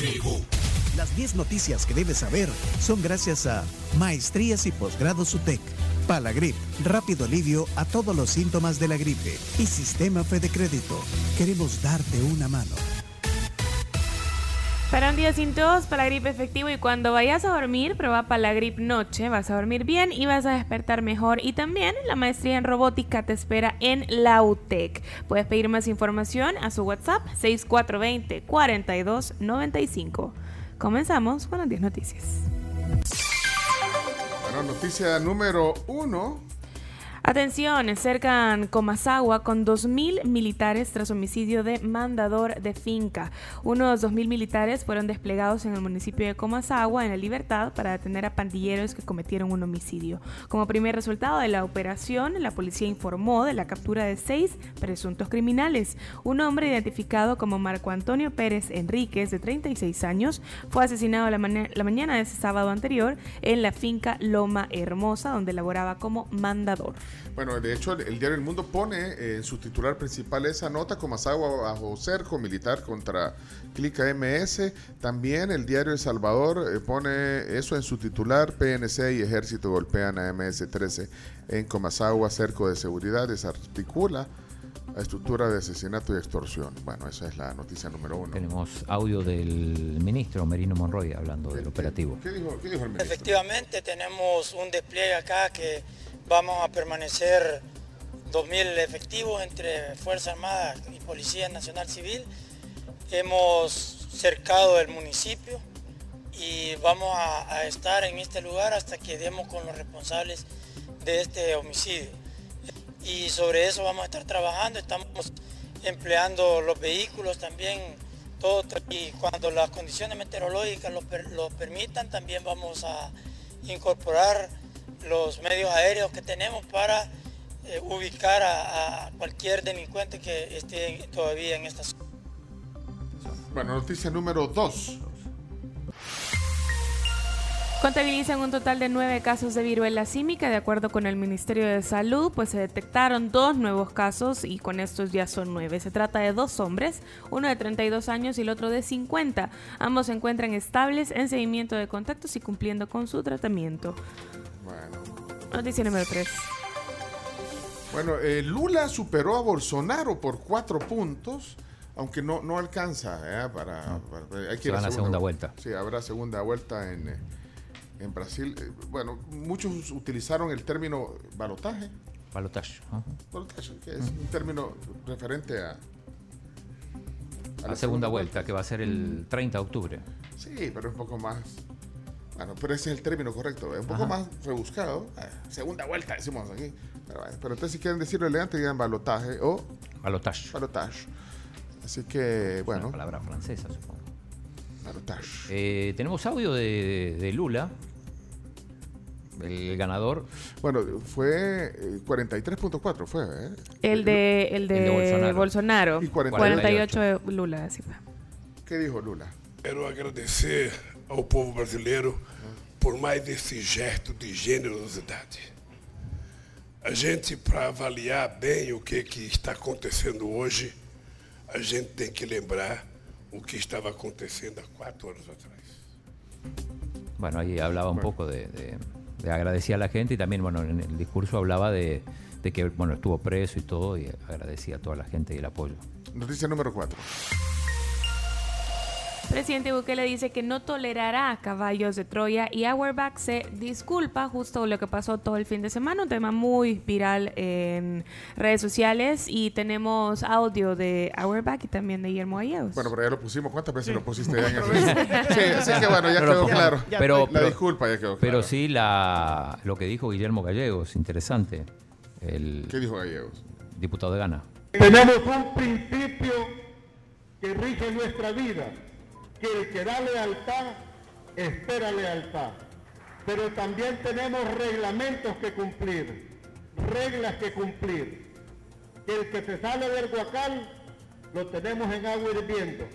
tribu. Las 10 noticias que debes saber son gracias a Maestrías y Posgrados UTEC, Palagrip, rápido alivio a todos los síntomas de la gripe y Sistema Fede Crédito. Queremos darte una mano. Para un día sin tos, Palagrip efectivo, y cuando vayas a dormir, prueba Palagrip Noche. Vas a dormir bien y vas a despertar mejor. Y también la maestría en robótica te espera en la UTEC. Puedes pedir más información a su WhatsApp 6420-4295. Comenzamos con las 10 noticias. Bueno, noticia número 1. Atención, cercan Comasagua con 2.000 militares tras homicidio de mandador de finca. Unos 2.000 militares fueron desplegados en el municipio de Comasagua, en La Libertad, para detener a pandilleros que cometieron un homicidio. Como primer resultado de la operación, la policía informó de la captura de 6 presuntos criminales. Un hombre identificado como Marco Antonio Pérez Enríquez, de 36 años, fue asesinado la mañana de ese sábado anterior en la finca Loma Hermosa, donde laboraba como mandador. Bueno, de hecho, el diario El Mundo pone en su titular principal esa nota: Comasagua bajo cerco militar contra Clica MS. También el diario El Salvador pone eso en su titular: PNC y Ejército golpean a MS-13 en Comasagua, cerco de seguridad, desarticula la estructura de asesinato y extorsión. Bueno, esa es la noticia número 1. Tenemos audio del ministro Merino Monroy hablando del operativo. ¿Qué dijo el ministro? Efectivamente, tenemos un despliegue acá que vamos a permanecer 2.000 efectivos entre Fuerza Armada y Policía Nacional Civil. Hemos cercado el municipio y vamos a estar en este lugar hasta que demos con los responsables de este homicidio. Y sobre eso vamos a estar trabajando, estamos empleando los vehículos también, todo, y cuando las condiciones meteorológicas lo permitan, también vamos a incorporar los medios aéreos que tenemos para ubicar a cualquier delincuente que esté todavía en esta zona. Bueno, noticia número 2. Contabilizan un total de 9 casos de viruela símica, de acuerdo con el Ministerio de Salud, pues se detectaron 2 nuevos casos y con estos ya son 9. Se trata de 2 hombres, uno de 32 años y el otro de 50. Ambos se encuentran estables en seguimiento de contactos y cumpliendo con su tratamiento. Bueno. Noticia número 3. Bueno, Lula superó a Bolsonaro por 4 puntos, aunque no alcanza para hay que se ir van a segunda vuelta. Sí, habrá segunda vuelta en Brasil. Bueno, muchos utilizaron el término balotaje. Balotaje. Balotaje, que es un término referente a la segunda vuelta, que va a ser el 30 de octubre. Sí, pero es un poco más... Bueno, pero ese es el término correcto, es un poco más rebuscado. Segunda vuelta, decimos aquí. Pero entonces, si quieren decirlo elegante, digan balotaje o... Balotaje. Balotaje. Así que, bueno... Es una palabra francesa, supongo. Balotaje. Tenemos audio de Lula, el ganador. Bueno, fue 43.4 fue, El de Bolsonaro. Y 48 de Lula, así fue. ¿Qué dijo Lula? Quero agradecer ao povo brasileiro por mais esse gesto de generosidade. A gente, para avaliar bem o que está acontecendo hoje, a gente tem que lembrar o que estava acontecendo há 4 anos atrás. Bueno, ahí hablaba un poco de agradecer a la gente, y también, bueno, en el discurso hablaba de que, bueno, estuvo preso y todo, y agradecía a toda la gente y el apoyo. Noticia número 4. Presidente Bukele dice que no tolerará caballos de Troya, y Auerbach se disculpa justo lo que pasó todo el fin de semana, un tema muy viral en redes sociales, y tenemos audio de Auerbach y también de Guillermo Gallegos. Bueno, pero ya lo pusimos. ¿Cuántas veces lo pusiste ya en el Facebook? Sí, así que bueno, ya quedó claro. La disculpa ya quedó claro. Pero sí lo que dijo Guillermo Gallegos, interesante. ¿Qué dijo Gallegos? Diputado de Ghana. Tenemos un principio que rige nuestra vida, que el que da lealtad espera lealtad, pero también tenemos reglamentos que cumplir, reglas que cumplir, que el que se sale del guacal lo tenemos en agua hirviendo.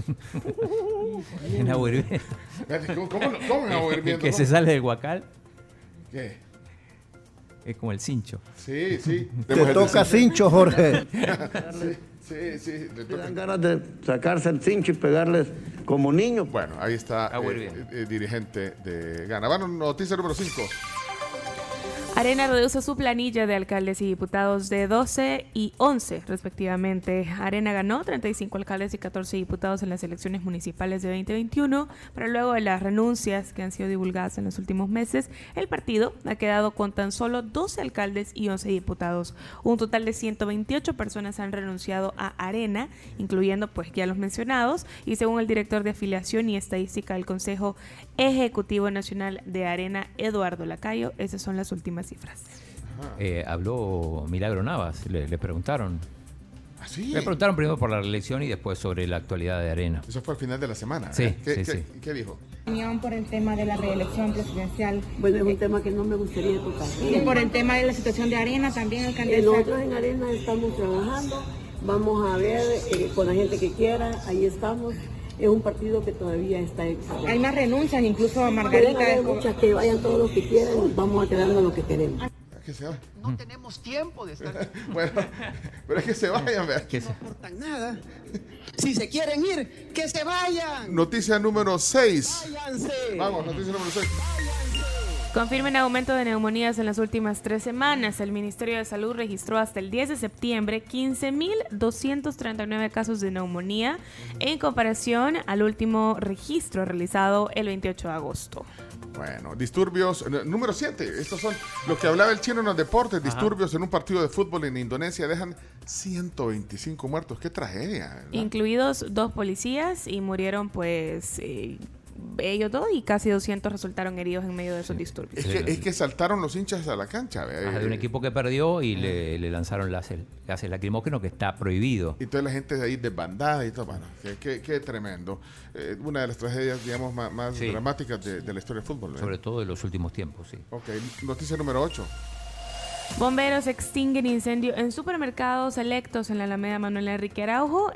¿En agua hirviendo? ¿Cómo en agua hirviendo? ¿Que se sale del guacal? ¿Qué? Es como el cincho. Sí. Te toca cincho, Jorge. Sí. Le dan ganas de sacarse el cincho y pegarles como niños. Bueno, ahí está dirigente de Ghana. Bueno, noticia número 5. Arena reduce su planilla de alcaldes y diputados de 12 y 11, respectivamente. Arena ganó 35 alcaldes y 14 diputados en las elecciones municipales de 2021, pero luego de las renuncias que han sido divulgadas en los últimos meses, el partido ha quedado con tan solo 12 alcaldes y 11 diputados. Un total de 128 personas han renunciado a Arena, incluyendo pues ya los mencionados, y según el director de afiliación y estadística del Consejo Ejecutivo Nacional de Arena, Eduardo Lacayo, esas son las últimas cifras. Habló Milagro Navas, le preguntaron. ¿Ah, sí? Le preguntaron primero por la reelección y después sobre la actualidad de Arena. Eso fue al final de la semana. Sí, ¿Qué dijo? Por el tema de la reelección presidencial. Bueno, es un tema que no me gustaría tocar. Y por el tema de la situación de Arena también, alcaldesa. Nosotros en Arena estamos trabajando, vamos a ver con la gente que quiera, ahí estamos. Es un partido que todavía está existiendo. Hay más renuncias, incluso a Margarita. Hay muchas que vayan todos los que quieran, vamos a quedarnos lo que queremos. Que se va. No tenemos tiempo de estar. Bueno, pero es que se vayan, vean. No aportan nada. Si se quieren ir, que se vayan. Noticia número 6. Váyanse. Vamos, noticia número 6. Confirman aumento de neumonías en las últimas 3 semanas. El Ministerio de Salud registró hasta el 10 de septiembre 15.239 casos de neumonía en comparación al último registro realizado el 28 de agosto. Bueno, disturbios, número 7, estos son lo que hablaba el chino en los deportes, disturbios en un partido de fútbol en Indonesia dejan 125 muertos, qué tragedia, ¿verdad? Incluidos 2 policías y murieron pues ellos 2 y casi 200 resultaron heridos en medio de esos disturbios. Es que saltaron los hinchas a la cancha. De un equipo que perdió y le lanzaron gases lacrimógenos que está prohibido. Y toda la gente de ahí desbandada y todo. Bueno, qué tremendo. Una de las tragedias, digamos, más dramáticas de la historia del fútbol, ¿verdad? Sobre todo de los últimos tiempos, sí. Ok, noticia número 8. Bomberos extinguen incendio en supermercados selectos en la Alameda Manuel Enrique Araujo.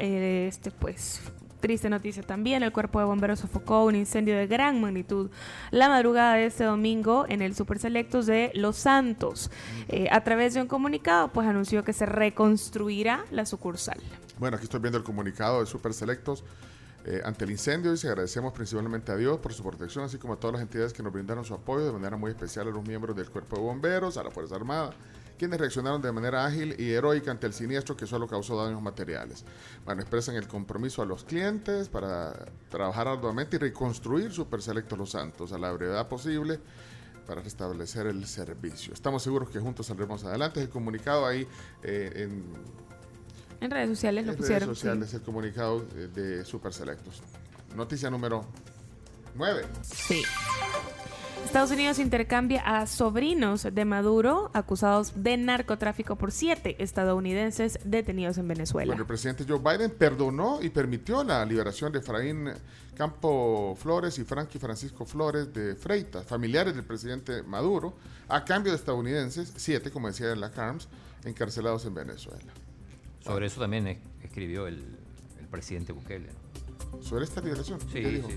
Triste noticia también, el cuerpo de bomberos sofocó un incendio de gran magnitud la madrugada de este domingo en el Super Selectos de Los Santos. A través de un comunicado, pues anunció que se reconstruirá la sucursal. Bueno, aquí estoy viendo el comunicado de Super Selectos ante el incendio. Dice: agradecemos principalmente a Dios por su protección, así como a todas las entidades que nos brindaron su apoyo, de manera muy especial a los miembros del Cuerpo de Bomberos, a la Fuerza Armada, quienes reaccionaron de manera ágil y heroica ante el siniestro que solo causó daños materiales. Bueno, expresan el compromiso a los clientes para trabajar arduamente y reconstruir Super Selectos Los Santos a la brevedad posible para restablecer el servicio. Estamos seguros que juntos saldremos adelante. El comunicado ahí en redes sociales lo pusieron. En redes sociales, sí. El comunicado de Super Selectos. Noticia número 9. Sí. Estados Unidos intercambia a sobrinos de Maduro acusados de narcotráfico por 7 estadounidenses detenidos en Venezuela. Bueno, el presidente Joe Biden perdonó y permitió la liberación de Efraín Campo Flores y Frankie Francisco Flores de Freitas, familiares del presidente Maduro, a cambio de estadounidenses, 7, como decía en la Carms, encarcelados en Venezuela. Sobre eso también escribió el presidente Bukele, ¿no? ¿Sobre esta liberación? Sí, ¿Qué dijo? Sí.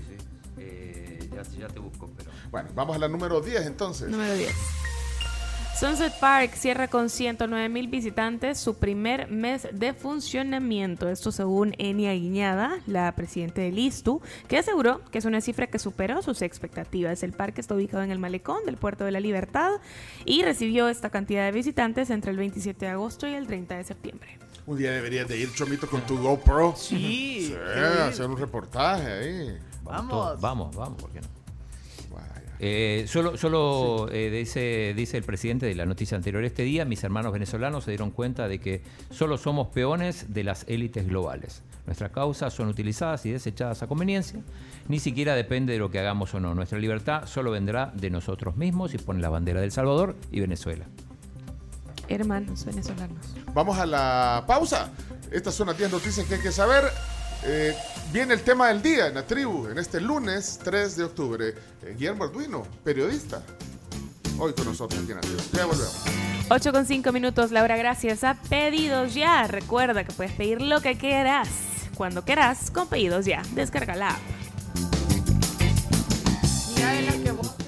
Ya te busco, pero... Bueno, vamos a la número 10 entonces. Número 10. Sunset Park cierra con 109,000 visitantes su primer mes de funcionamiento. Esto según Enia Guiñada, la presidenta del ISTU, que aseguró que es una cifra que superó sus expectativas. El parque está ubicado en el malecón del Puerto de la Libertad y recibió esta cantidad de visitantes entre el 27 de agosto y el 30 de septiembre. Un día deberías de ir, Chomito, con tu GoPro. Sí. Hacer un reportaje ahí. Vamos, ¿por qué no? Dice el presidente de la noticia anterior: este día mis hermanos venezolanos se dieron cuenta de que solo somos peones de las élites globales. Nuestras causas son utilizadas y desechadas a conveniencia. Ni siquiera depende de lo que hagamos o no. Nuestra libertad solo vendrá de nosotros mismos, y pone la bandera de El Salvador y Venezuela. Hermanos venezolanos. Vamos a la pausa. Estas son las 10 noticias que hay que saber. Viene el tema del día en la tribu, en este lunes 3 de octubre. Guillermo Arduino, periodista, hoy con nosotros aquí en la tribu. Ya volvemos. 8:05, Laura, gracias a Pedidos Ya. Recuerda que puedes pedir lo que quieras, cuando quieras, con Pedidos Ya. Descarga la app. Mira, es la que vos...